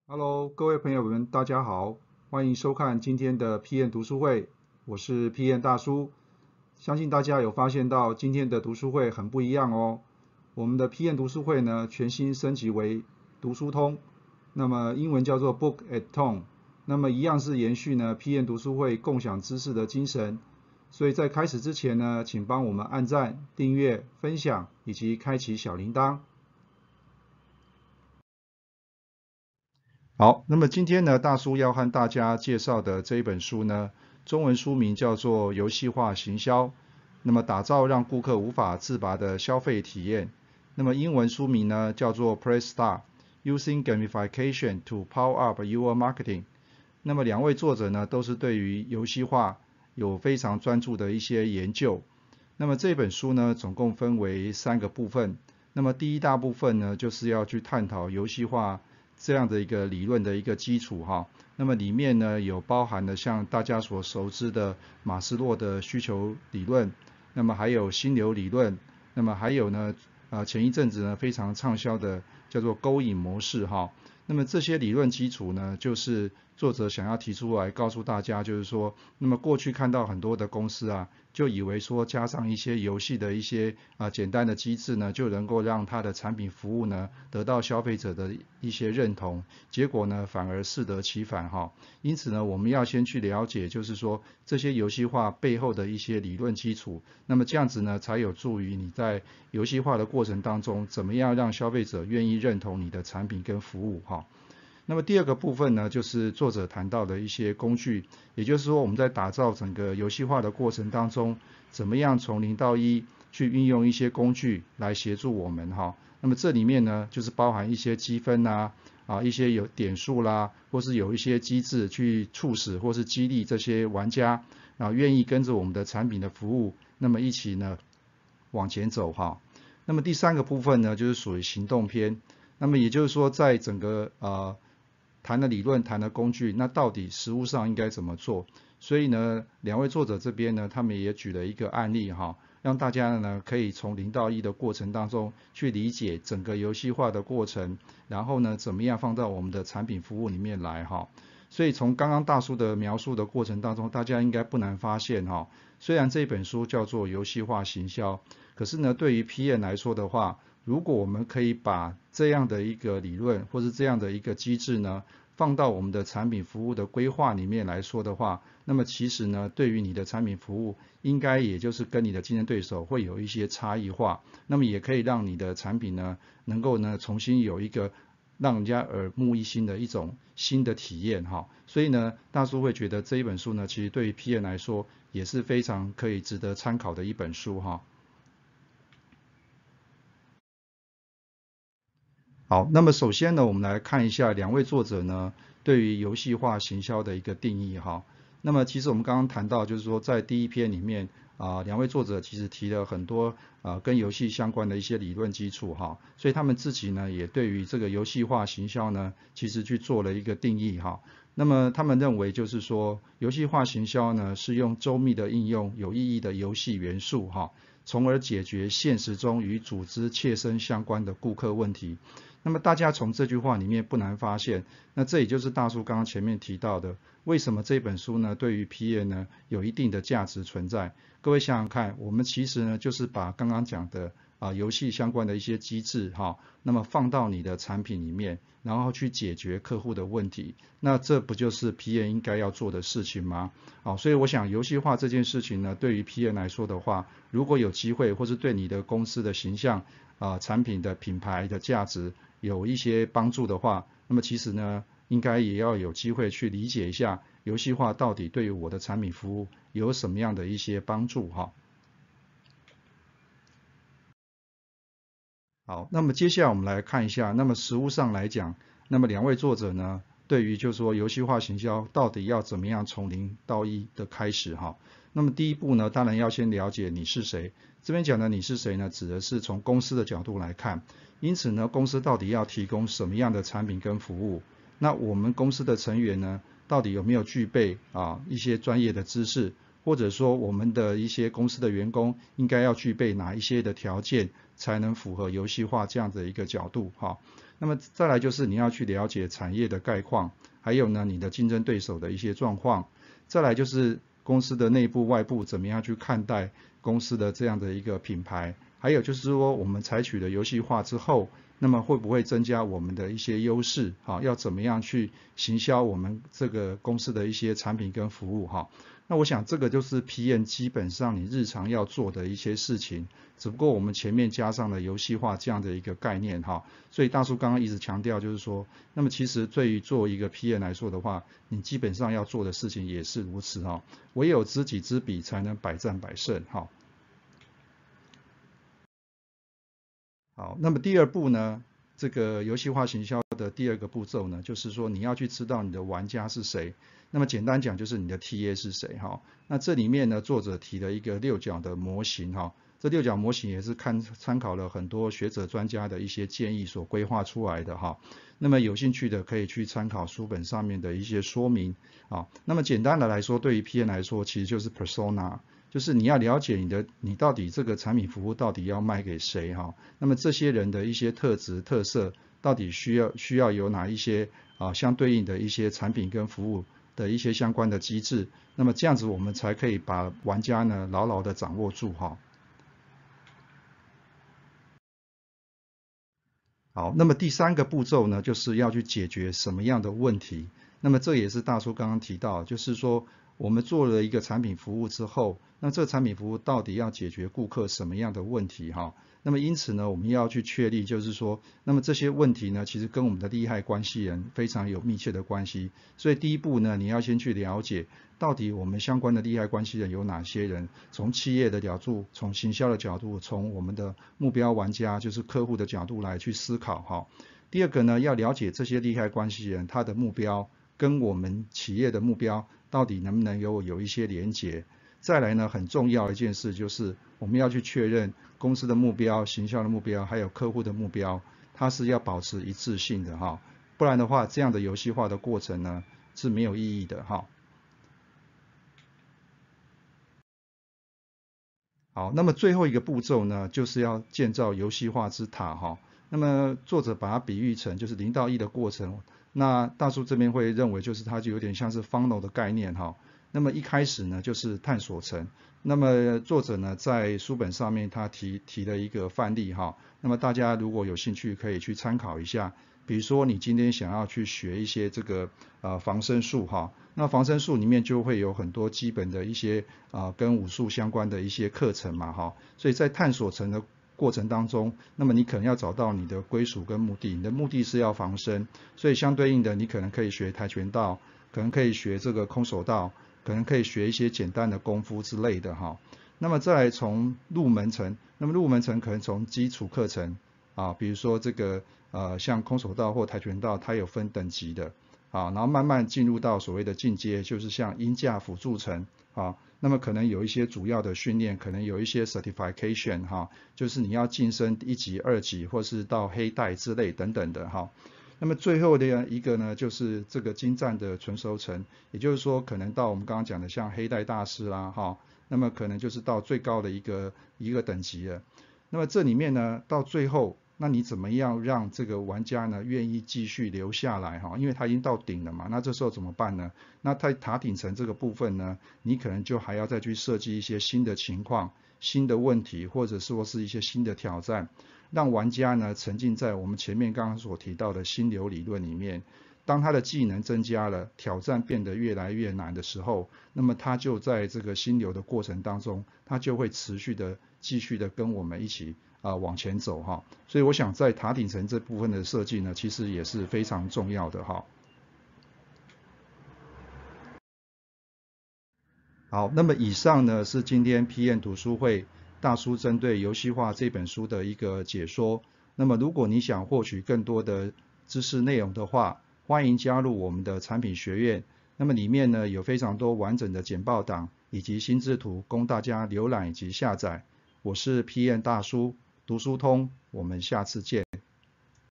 Hello，各位朋友们，大家好，欢迎收看今天的 PM 读书会，我是 PM 大叔。相信大家有发现到今天的读书会很不一样哦。我们的 PM 读书会呢，全新升级为读书通，那么英文叫做 Book at Home，那么一样是延续呢 PM 读书会共享知识的精神。所以在开始之前呢，请帮我们按赞、订阅、分享以及开启小铃铛。好，那么今天呢，大叔要和大家介绍的这一本书呢，中文书名叫做《游戏化行销》，那么打造让顾客无法自拔的消费体验。那么英文书名呢叫做 Press Start Using Gamification to Power Up Your Marketing。那么两位作者呢，都是对于游戏化有非常专注的一些研究。那么这本书呢，总共分为3个部分。那么第一大部分呢，就是要去探讨游戏化这样的一个理论的一个基础哈。那么里面呢，有包含了像大家所熟知的马斯洛的需求理论，那么还有心流理论，那么还有呢，前一阵子呢非常畅销的叫做勾引模式哈。那么这些理论基础呢，就是作者想要提出来告诉大家，就是说，那么过去看到很多的公司啊，就以为说加上一些游戏的一些简单的机制呢，就能够让它的产品服务呢得到消费者的一些认同，结果呢反而适得其反哈。因此呢，我们要先去了解，就是说这些游戏化背后的一些理论基础，那么这样子呢，才有助于你在游戏化的过程当中，怎么样让消费者愿意认同你的产品跟服务哈。那么第二个部分呢，就是作者谈到的一些工具，也就是说我们在打造整个游戏化的过程当中，怎么样从0到1去运用一些工具来协助我们哈。那么这里面呢，就是包含一些积分一些有点数啦，或是有一些机制去促使或是激励这些玩家愿意跟着我们的产品的服务，那么一起呢往前走哈。那么第3个部分呢，就是属于行动篇。那么也就是说，在整个谈的理论、谈的工具，那到底实务上应该怎么做？所以呢，两位作者这边呢，他们也举了一个案例哈，让大家呢可以从0到1的过程当中去理解整个游戏化的过程，然后呢，怎么样放到我们的产品服务里面来哈。所以从刚刚大叔的描述的过程当中，大家应该不难发现哈，虽然这本书叫做游戏化行销，可是呢，对于 PM 来说的话，如果我们可以把这样的一个理论或是这样的一个机制呢，放到我们的产品服务的规划里面来说的话，那么其实呢，对于你的产品服务，应该也就是跟你的竞争对手会有一些差异化，那么也可以让你的产品呢，能够呢重新有一个让人家耳目一新的一种新的体验哈。所以呢，大叔会觉得这一本书呢，其实对于 PM 来说也是非常可以值得参考的一本书哈。好，那么首先呢，我们来看一下两位作者呢对于游戏化行销的一个定义哈。那么其实我们刚刚谈到，就是说在第一篇里面两位作者其实提了很多跟游戏相关的一些理论基础哈，所以他们自己呢也对于这个游戏化行销呢，其实去做了一个定义哈。那么他们认为就是说，游戏化行销呢是用周密的应用有意义的游戏元素哈，从而解决现实中与组织切身相关的顾客问题。那么大家从这句话里面不难发现，那这也就是大叔刚刚前面提到的，为什么这本书呢对于 PM 呢有一定的价值存在。各位想想看，我们其实呢就是把刚刚讲的游戏相关的一些机制哈，那么放到你的产品里面，然后去解决客户的问题，那这不就是 PM 应该要做的事情吗？好，所以我想游戏化这件事情呢，对于 PM 来说的话，如果有机会或是对你的公司的形象产品的品牌的价值有一些帮助的话，那么其实呢，应该也要有机会去理解一下游戏化到底对于我的产品服务有什么样的一些帮助哈。好，那么接下来我们来看一下，那么实物上来讲，那么两位作者呢，对于就是说游戏化行销到底要怎么样从0到1的开始哈。那么第一步呢，当然要先了解你是谁。这边讲的你是谁呢，指的是从公司的角度来看，因此呢，公司到底要提供什么样的产品跟服务？那我们公司的成员呢，到底有没有具备一些专业的知识？或者说我们的一些公司的员工应该要具备哪一些的条件，才能符合游戏化这样的一个角度哈。 那么再来就是你要去了解产业的概况，还有呢你的竞争对手的一些状况，再来就是公司的内部外部怎么样去看待公司的这样的一个品牌，还有就是说我们采取了游戏化之后，那么会不会增加我们的一些优势？要怎么样去行销我们这个公司的一些产品跟服务？那我想这个就是 PM 基本上你日常要做的一些事情，只不过我们前面加上了游戏化这样的一个概念所以大叔刚刚一直强调就是说，那么其实对于做一个 PM 来说的话，你基本上要做的事情也是如此唯有知己知彼，才能百战百胜好，那么第二步呢，这个游戏化行销的第二个步骤呢，就是说你要去知道你的玩家是谁。那么简单讲就是你的 TA 是谁那这里面呢，作者提了一个六角的模型这六角模型也是参考了很多学者专家的一些建议所规划出来的那么有兴趣的可以去参考书本上面的一些说明那么简单的来说，对于 PM 来说，其实就是 persona。就是你要了解你到底这个产品服务到底要卖给谁那么这些人的一些特质特色到底需要有哪一些相对应的一些产品跟服务的一些相关的机制，那么这样子我们才可以把玩家呢牢牢的掌握住好，那么第三个步骤呢，就是要去解决什么样的问题。那么这也是大叔刚刚提到，就是说我们做了一个产品服务之后，那这个产品服务到底要解决顾客什么样的问题那么因此呢，我们要去确立，就是说，那么这些问题呢，其实跟我们的利害关系人非常有密切的关系。所以第一步呢，你要先去了解到底我们相关的利害关系人有哪些人，从企业的角度，从行销的角度，从我们的目标玩家，就是客户的角度来去思考第二个呢，要了解这些利害关系人他的目标跟我们企业的目标到底能不能有一些连结。再来呢，很重要的一件事就是我们要去确认公司的目标、行销的目标，还有客户的目标，它是要保持一致性的不然的话，这样的游戏化的过程呢是没有意义的好，那么最后一个步骤呢，就是要建造游戏化之塔那么作者把它比喻成就是0到1的过程，那大叔这边会认为就是它就有点像是 funnel 的概念那么一开始呢就是探索层，那么作者呢在书本上面他提了一个范例那么大家如果有兴趣可以去参考一下。比如说你今天想要去学一些这个防身术那防身术里面就会有很多基本的一些跟武术相关的一些课程嘛所以在探索层的过程当中，那么你可能要找到你的归属跟目的，你的目的是要防身，所以相对应的你可能可以学跆拳道，可能可以学这个空手道，可能可以学一些简单的功夫之类的那么再来从入门层，那么入门层可能从基础课程比如说这个像空手道或跆拳道，它有分等级的然后慢慢进入到所谓的进阶，就是像鹰架辅助层那么可能有一些主要的训练，可能有一些 certification 就是你要晋升1级、2级，或是到黑带之类等等的那么最后的一个呢，就是这个精湛的纯熟层，也就是说可能到我们刚刚讲的像黑带大师啦那么可能就是到最高的一个等级了。那么这里面呢，到最后，那你怎么样让这个玩家呢愿意继续留下来因为他已经到顶了嘛，那这时候怎么办呢？那在塔顶层这个部分呢，你可能就还要再去设计一些新的情况、新的问题，或者说是一些新的挑战，让玩家呢沉浸在我们前面刚刚所提到的心流理论里面。当他的技能增加了，挑战变得越来越难的时候，那么他就在这个心流的过程当中，他就会持续的继续的跟我们一起往前走所以我想在塔顶层这部分的设计呢，其实也是非常重要的好，那么以上呢是今天 PM 读书会大叔针对游戏化这本书的一个解说。那么如果你想获取更多的知识内容的话，欢迎加入我们的产品学院。那么里面呢有非常多完整的简报档以及心智图供大家浏览以及下载。我是 PM 大叔，读书通，我们下次见。